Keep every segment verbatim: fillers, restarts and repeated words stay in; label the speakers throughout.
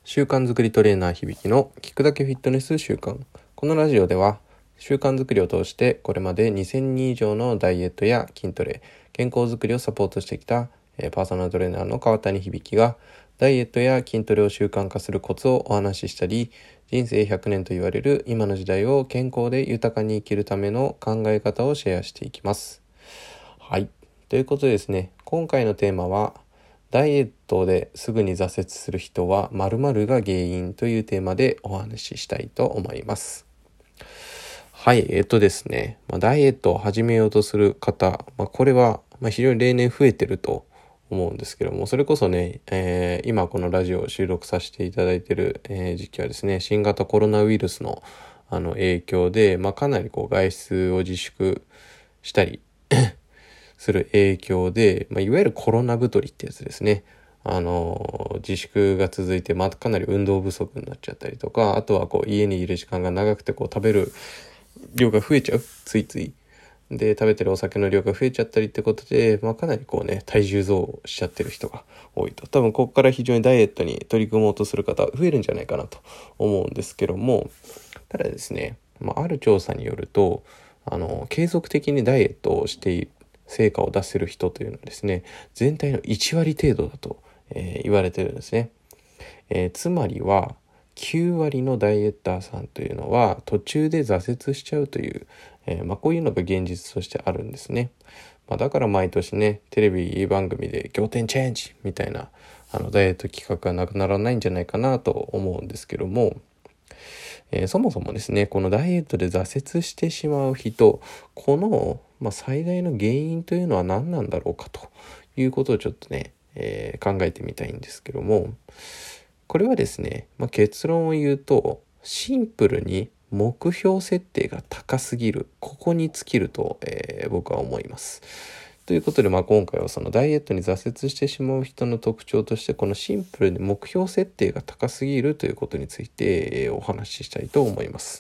Speaker 1: 習慣作りトレーナー響の聞くだけフィットネス習慣。このラジオでは習慣作りを通してこれまでにせんにん以上のダイエットや筋トレ、健康づくりをサポートしてきたパーソナルトレーナーの川谷響がダイエットや筋トレを習慣化するコツをお話ししたり、人生ひゃくねんと言われる今の時代を健康で豊かに生きるための考え方をシェアしていきます。はい。ということでですね、今回のテーマはダイエットですぐに挫折する人は〇〇が原因というテーマでお話ししたいと思います。はい、えっとですね、まあ、ダイエットを始めようとする方、まあ、これはまあ非常に例年増えてると思うんですけども、それこそね、えー、今このラジオを収録させていただいている、えー、時期はですね、新型コロナウイルスのあの影響で、まあ、かなりこう外出を自粛したりする影響で、まあ、いわゆるコロナ太りってやつですね。あの自粛が続いて、まあ、かなり運動不足になっちゃったりとか、あとはこう家にいる時間が長くてこう食べる量が増えちゃう、ついついで食べてるお酒の量が増えちゃったりってことで、まあ、かなりこうね体重増しちゃってる人が多いと。多分ここから非常にダイエットに取り組もうとする方増えるんじゃないかなと思うんですけども、ただですね、まあ、ある調査によると、あの継続的にダイエットをしている成果を出せる人というのはですね、全体のいちわり程度だと、えー、言われてるんですね。えー、つまりはきゅうわりのダイエッターさんというのは途中で挫折しちゃうという、えーまあ、こういうのが現実としてあるんですね。まあ、だから毎年ね、テレビ番組で仰天チェンジみたいなあのダイエット企画がなくならないんじゃないかなと思うんですけども、えー、そもそもですね、このダイエットで挫折してしまう人、この、まあ、最大の原因というのは何なんだろうかということをちょっとね、えー、考えてみたいんですけども、これはですね、まあ、結論を言うとシンプルに目標設定が高すぎる、ここに尽きると、えー、僕は思います。ということで、まあ、今回はそのダイエットに挫折してしまう人の特徴として、このシンプルに目標設定が高すぎるということについて、えー、お話ししたいと思います。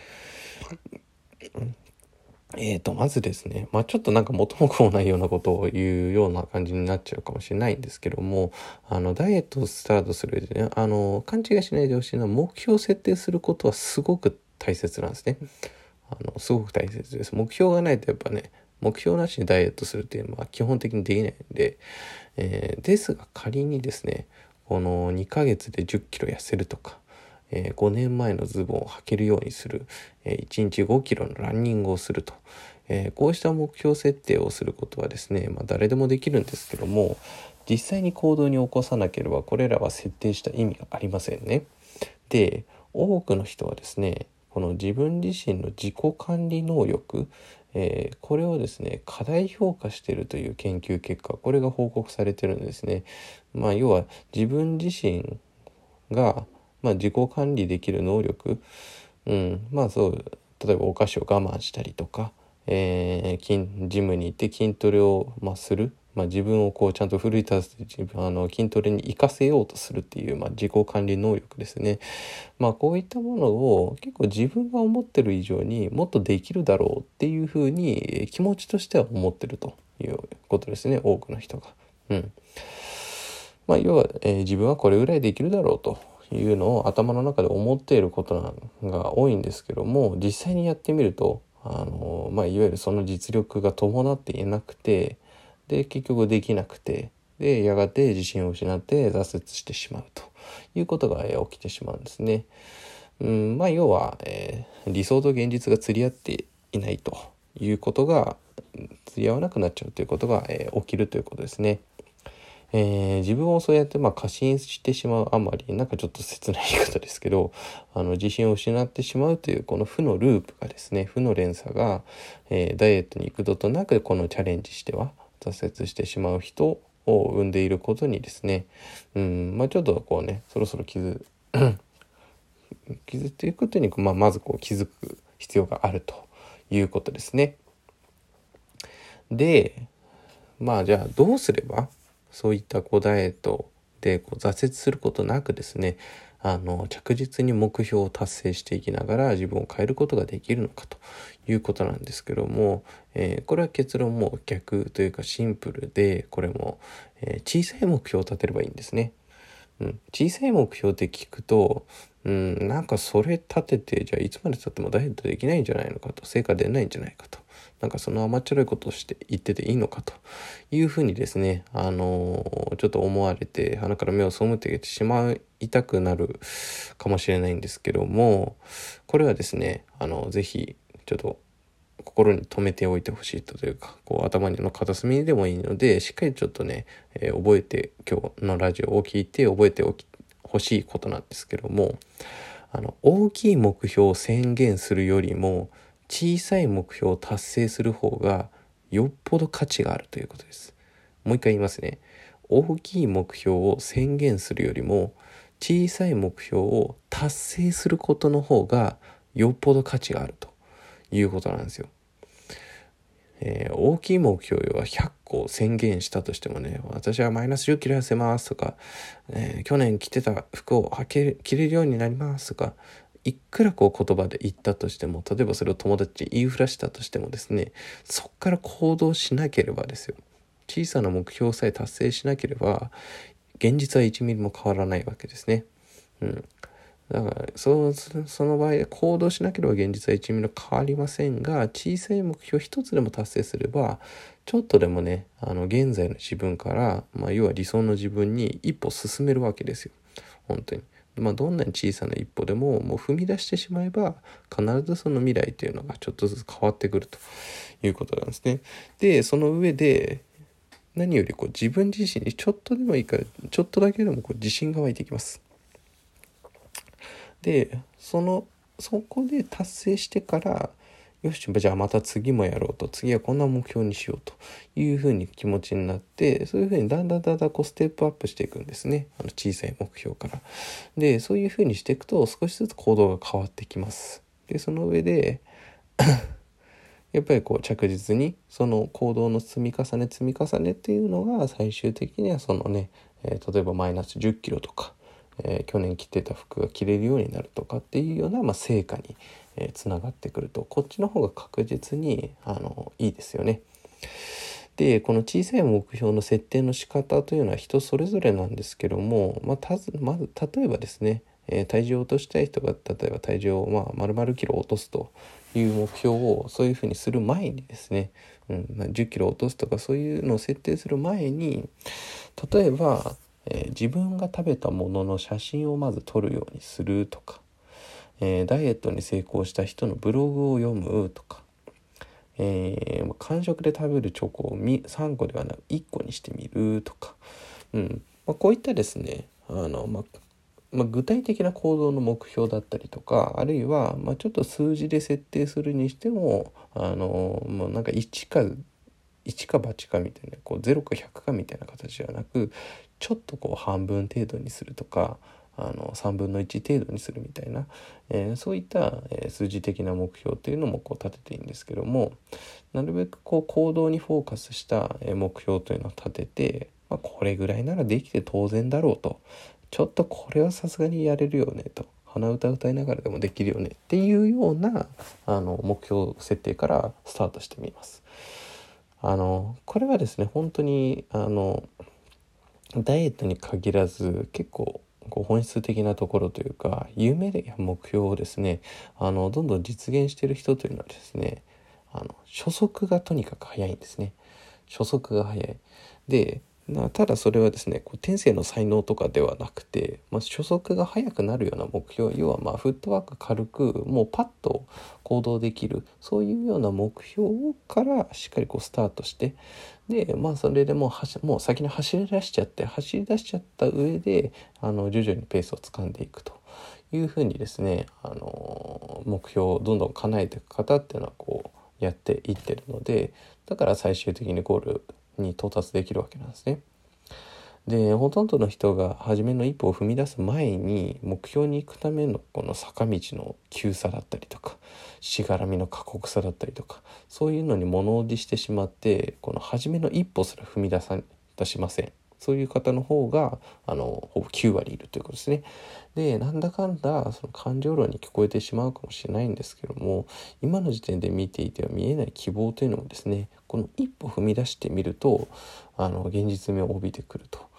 Speaker 1: えーと、まずですね、まあちょっとなんか元も子もないようなことを言うような感じになっちゃうかもしれないんですけども、あの、ダイエットをスタートする上でね、あの、勘違いしないでほしいのは、目標を設定することはすごく大切なんですね。あの、すごく大切です。目標がないとやっぱね、目標なしにダイエットするっていうのは基本的にできないんで、えー、ですが仮にですね、このにかげつでじゅっキロ痩せるとか、えー、ごねんまえのズボンを履けるようにする、えー、いちにちごキロのランニングをすると、えー、こうした目標設定をすることはですね、まあ、誰でもできるんですけども、実際に行動に起こさなければこれらは設定した意味がありませんね。で、多くの人はですね、この自分自身の自己管理能力、えー、これをですね過大評価しているという研究結果、これが報告されてるんですね。まあ要は自分自身が、まあ、自己管理できる能力、うん、まあそう例えばお菓子を我慢したりとか、えー、筋ジムに行って筋トレを、まあ、する、まあ、自分をこうちゃんと奮い立てて自分あの筋トレに活かせようとするっていう、まあ、自己管理能力ですね。まあこういったものを結構自分が思ってる以上にもっとできるだろうっていうふうに気持ちとしては思ってるということですね、多くの人が。うん。まあ要は、えー、自分はこれぐらいできるだろうというのを頭の中で思っていることが多いんですけども、実際にやってみると、あのー、まあいわゆるその実力が伴っていなくて、で結局できなくて、でやがて自信を失って挫折してしまうということが、えー、起きてしまうんですね。うん、まあ要は、えー、理想と現実が釣り合っていないということが釣り合わなくなっちゃうということが、えー、起きるということですね。えー、自分をそうやってまあ過信してしまうあまり、なんかちょっと切ない言い方ですけど、あの自信を失ってしまうというこの負のループがですね、負の連鎖が、えー、ダイエットに幾度となくこのチャレンジしては挫折してしまう人を生んでいることにですね、うん、まあちょっとこうね、そろそろ気づ気づいていくことに、まあ、まずこう気づく必要があるということですね。で、まあじゃあどうすればそういったこうダイエットでこう挫折することなくですね、あの着実に目標を達成していきながら自分を変えることができるのかということなんですけども、えー、これは結論も逆というかシンプルで、これも、えー、小さい目標を立てればいいんですね。 うん、小さい目標って聞くと、うん、なんかそれ立てて、じゃあいつまで経ってもダイエットできないんじゃないのかと、成果出ないんじゃないかと、なんかその甘っちょろいことをして言ってていいのかというふうにですね、あのーちょっと思われて、鼻から目を背ってしまいたくなるかもしれないんですけども、これはですね、あのぜひちょっと心に留めておいてほしいというか、こう頭の片隅でもいいので、しっかりちょっとね、えー覚えて、今日のラジオを聞いて覚えておきほしいことなんですけども、あの大きい目標を宣言するよりも小さい目標を達成する方がよっぽど価値があるということです。もう一回言いますね。大きい目標を宣言するよりも小さい目標を達成することの方がよっぽど価値があるということなんですよ。えー大きい目標はひゃっこ宣言したとしてもね、私はマイナスじゅっキロ痩せますとか、えー去年着てた服を履ける着れるようになりますとか、いくらこう言葉で言ったとしても、例えばそれを友達に言いふらしたとしてもですね、そっから行動しなければですよ、小さな目標さえ達成しなければ現実はいちミリも変わらないわけですね。うん、だからそそその場合行動しなければ現実はいちミリも変わりませんが、小さい目標一つでも達成すればちょっとでもね、あの現在の自分から、まあ、要は理想の自分に一歩進めるわけですよ。本当に。まあ、どんなに小さな一歩でももう踏み出してしまえば必ずその未来っていうのがちょっとずつ変わってくるということなんですね。でその上で何よりこう自分自身にちょっとでもいいからちょっとだけでもこう自信が湧いてきます。でそのそこで達成してから、よしじゃあまた次もやろうと、次はこんな目標にしようというふうに気持ちになって、そういうふうにだんだんだんだんこうステップアップしていくんですね、あの小さい目標から。でそういうふうにしていくと少しずつ行動が変わってきます。でその上でやっぱりこう着実にその行動の積み重ね積み重ねっていうのが最終的にはそのね、えー例えばマイナスじゅっキロとか、えー去年着てた服が着れるようになるとかっていうような、まあ、成果に、えーつながってくると、こっちの方が確実にあのいいですよね。でこの小さい目標の設定の仕方というのは人それぞれなんですけども、まあ、たずまず例えばですね、えー体重を落としたい人が例えば体重をまあ丸々キロ落とすという目標をそういうふうにする前にですね、うんまあ、じゅっキロ落とすとかそういうのを設定する前に、例えば、えー自分が食べたものの写真をまず撮るようにするとか、えーダイエットに成功した人のブログを読むとか、えー、間食で食べるチョコをさんこではなくいっこにしてみるとか、うんまあ、こういったですね、あの、まあまあ、具体的な行動の目標だったりとか、あるいは、まあ、ちょっと数字で設定するにしても、あのもうなんかいちかいちかばちかみたいな、こうゼロかひゃくかみたいな形ではなく、ちょっとこう半分程度にするとか、あのさんぶんのいち程度にするみたいな、えーそういった、えー数字的な目標っていうのもこう立てていいんですけども、なるべくこう行動にフォーカスした、えー目標というのを立てて、まあ、これぐらいならできて当然だろうと、ちょっとこれはさすがにやれるよねと、鼻歌歌いながらでもできるよねっていうようなあの目標設定からスタートしてみます。あのこれはですね、本当にあのダイエットに限らず結構こう本質的なところというか、夢や目標をですね、あのどんどん実現している人というのはですね、あの初速がとにかく早いんですね。初速が早い。でなただそれはですね、こう天性の才能とかではなくて、まあ、初速が速くなるような目標、要はまあフットワーク軽くもうパッと行動できる、そういうような目標からしっかりこうスタートして、でまあそれでもうはしもう先に走り出しちゃって走り出しちゃった上で、あの徐々にペースをつかんでいくというふうにですね、あの目標をどんどん叶えていく方っていうのはこうやっていってるので、だから最終的にゴールに到達できるわけなんですね。でほとんどの人が初めの一歩を踏み出す前に目標に行くためのこの坂道の急さだったりとか、しがらみの過酷さだったりとか、そういうのに物おじしてしまって、この初めの一歩すら踏み出さ出しません。そういう方の方があのほぼきゅう割いるということですね。でなんだかんだその感情論に聞こえてしまうかもしれないんですけども、今の時点で見ていては見えない希望というのもですね、この一歩踏み出してみるとあの現実味を帯びてくると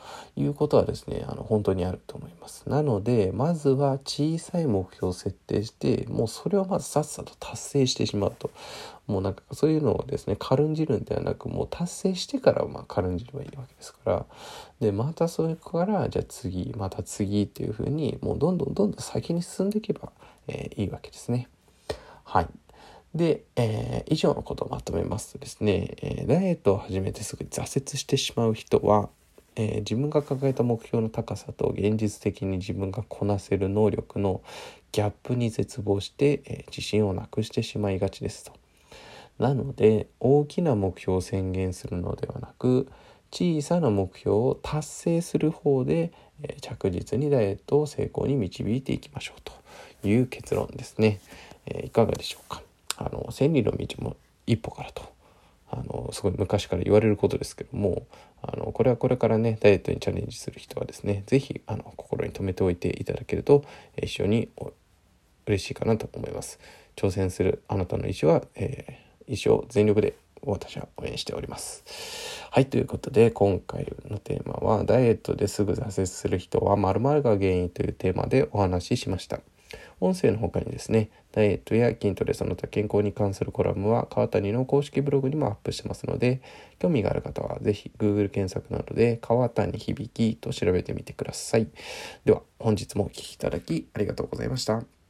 Speaker 1: いうことはですね、あの本当にあると思います。なのでまずは小さい目標を設定して、もうそれをまずさっさと達成してしまうと。もうなんかそういうのをですね軽んじるんではなく、もう達成してからまあ軽んじればいいわけですから。でまたそれからじゃあ次また次っていう風に、もうどんどんどんどん先に進んでいけば、えーいいわけですね。はい。で、えー以上のことをまとめますとですね、えーダイエットを始めてすぐ挫折してしまう人は、えー自分が抱えた目標の高さと現実的に自分がこなせる能力のギャップに絶望して、えー自信をなくしてしまいがちですと。なので大きな目標を宣言するのではなく、小さな目標を達成する方で、えー着実にダイエットを成功に導いていきましょうという結論ですね。えーいかがでしょうか。あの千里の道も一歩からと、あのすごい昔から言われることですけども、あのこれはこれからねダイエットにチャレンジする人はですね、是非あの心に留めておいていただけると、えー非常に嬉しいかなと思います。挑戦するあなたの意思は、えー一生全力で私は応援しております。はい、ということで今回のテーマはダイエットですぐ挫折する人は〇〇が原因というテーマでお話ししました。音声の他にですね、ダイエットや筋トレその他健康に関するコラムは川谷の公式ブログにもアップしてますので、興味がある方はぜひ Google 検索などで川谷響と調べてみてください。では本日もお聞きいただきありがとうございました。